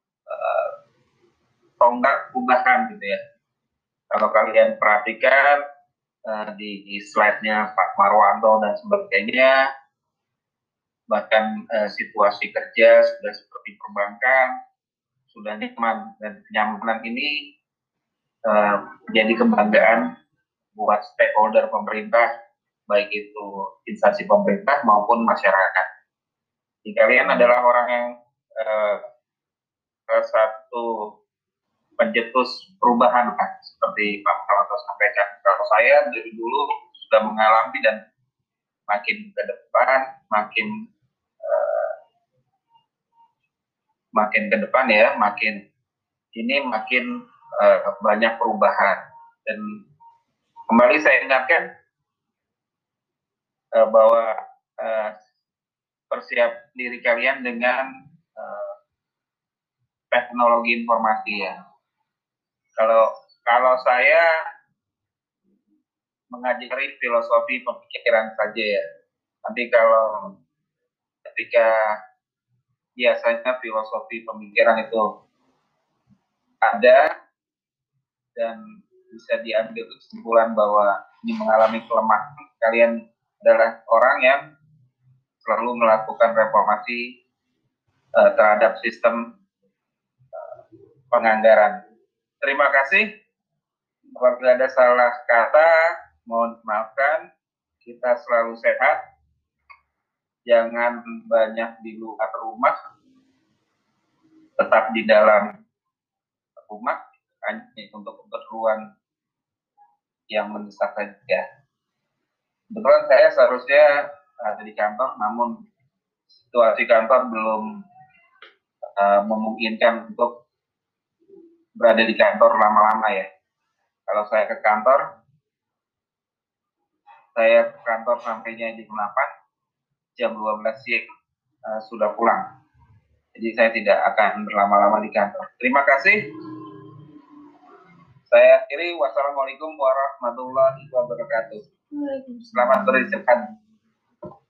tonggak perubahan gitu ya. Kalau kalian perhatikan di slide-nya Pak Marwanto dan sebagainya, bahkan situasi kerja sudah seperti perbankan, sudah nyaman, dan kenyamanan ini menjadi kebanggaan buat stakeholder pemerintah, baik itu instansi pemerintah maupun masyarakat. Jadi kalian adalah orang yang salah satu pencetus perubahan, kan? Seperti Pak Marwanto sampaikan. Kalau saya dari dulu sudah mengalami dan makin ke depan, makin ke depan ya, makin banyak perubahan. Dan kembali saya ingatkan bahwa mempersiap diri kalian dengan teknologi informasi ya. Kalau saya mengajari filosofi pemikiran saja ya. Nanti kalau ketika biasanya filosofi pemikiran itu ada dan bisa diambil kesimpulan bahwa ini mengalami kelemahan, kalian adalah orang yang selalu melakukan reformasi terhadap sistem penganggaran. Terima kasih. Apabila ada salah kata, mohon maafkan. Kita selalu sehat. Jangan banyak di luar rumah. Tetap di dalam rumah. Hanya untuk keperluan yang mendesak saja. Kebetulan saya seharusnya ada di kantor, namun situasi kantor belum memungkinkan untuk berada di kantor lama-lama ya. Kalau saya ke kantor sampainya di 8, jam 12 siang sudah pulang. Jadi saya tidak akan berlama-lama di kantor. Terima kasih. Saya akhiri. Wassalamualaikum warahmatullahi wabarakatuh. Selamat beristirahat.